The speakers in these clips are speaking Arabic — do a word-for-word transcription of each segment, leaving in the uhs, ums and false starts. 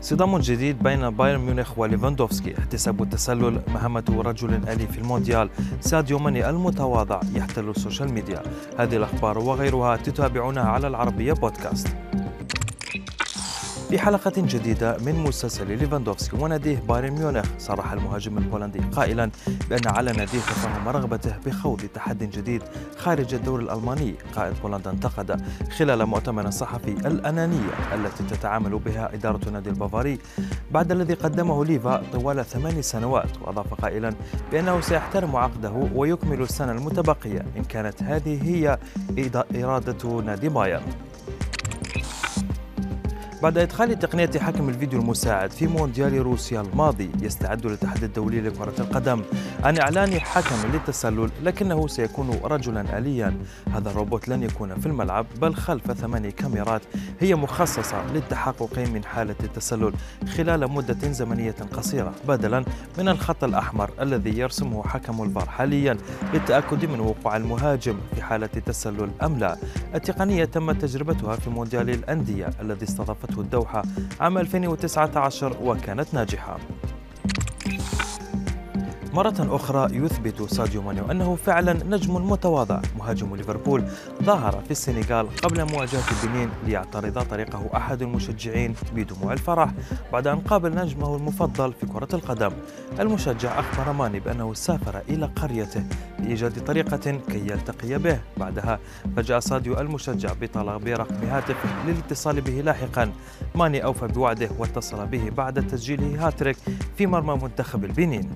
صدام جديد بين بايرن ميونخ وليفاندوفسكي. احتساب التسلل مهمة رجل آلي في المونديال. ساديو ماني المتواضع يحتل السوشيال ميديا. هذه الأخبار وغيرها تتابعونها على العربية بودكاست. في حلقة جديدة من مسلسل ليفاندوفسكي وناديه بايرن ميونخ، صرح المهاجم البولندي قائلا بأن على ناديه تفهم رغبته بخوض تحدي جديد خارج الدوري الألماني. قائد بولندا انتقد خلال مؤتمر صحفي الأنانية التي تتعامل بها إدارة نادي البافاري بعد الذي قدمه ليفا طوال ثمان سنوات، وأضاف قائلا بأنه سيحترم عقده ويكمل السنة المتبقية إن كانت هذه هي إرادة نادي بايرن. بعد إدخال تقنية حكم الفيديو المساعد في مونديال روسيا الماضي، يستعد الاتحاد الدولي لكرة القدم عن إعلان حكم للتسلل، لكنه سيكون رجلا آليا. هذا الروبوت لن يكون في الملعب بل خلف ثماني كاميرات هي مخصصة للتحقق من حالة التسلل خلال مدة زمنية قصيرة، بدلا من الخط الأحمر الذي يرسمه حكم الفار حاليا للتأكد من وقوع المهاجم في حالة التسلل أم لا. التقنية تم تجربتها في مونديال الأندية الذي استضافته الدوحة عام ألفين وتسعة عشر وكانت ناجحة. مرة أخرى يثبت ساديو ماني أنه فعلا نجم متواضع. مهاجم ليفربول ظهر في السنغال قبل مواجهة البنين ليعترض طريقه أحد المشجعين بدموع الفرح بعد أن قابل نجمه المفضل في كرة القدم. المشجع أخبر ماني بأنه سافر إلى قريته لإيجاد طريقة كي يلتقي به. بعدها فجاء ساديو المشجع بطلب رقم هاتفه للاتصال به لاحقا. ماني أوفى بوعده واتصل به بعد تسجيله هاتريك في مرمى منتخب البنين.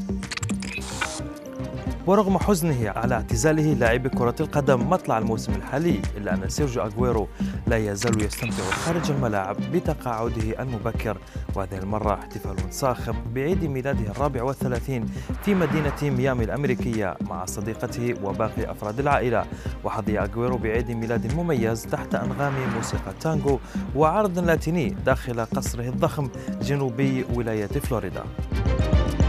ورغم حزنه على اعتزاله لاعب كرة القدم مطلع الموسم الحالي، إلا أن سيرجيو أغويرو لا يزال يستمتع خارج الملاعب بتقاعده المبكر، وهذه المرة احتفال صاخب بعيد ميلاده الرابع والثلاثين في مدينة ميامي الأمريكية مع صديقته وباقي أفراد العائلة. وحظي أغويرو بعيد ميلاد مميز تحت أنغام موسيقى تانغو وعرض لاتيني داخل قصره الضخم جنوبي ولاية فلوريدا.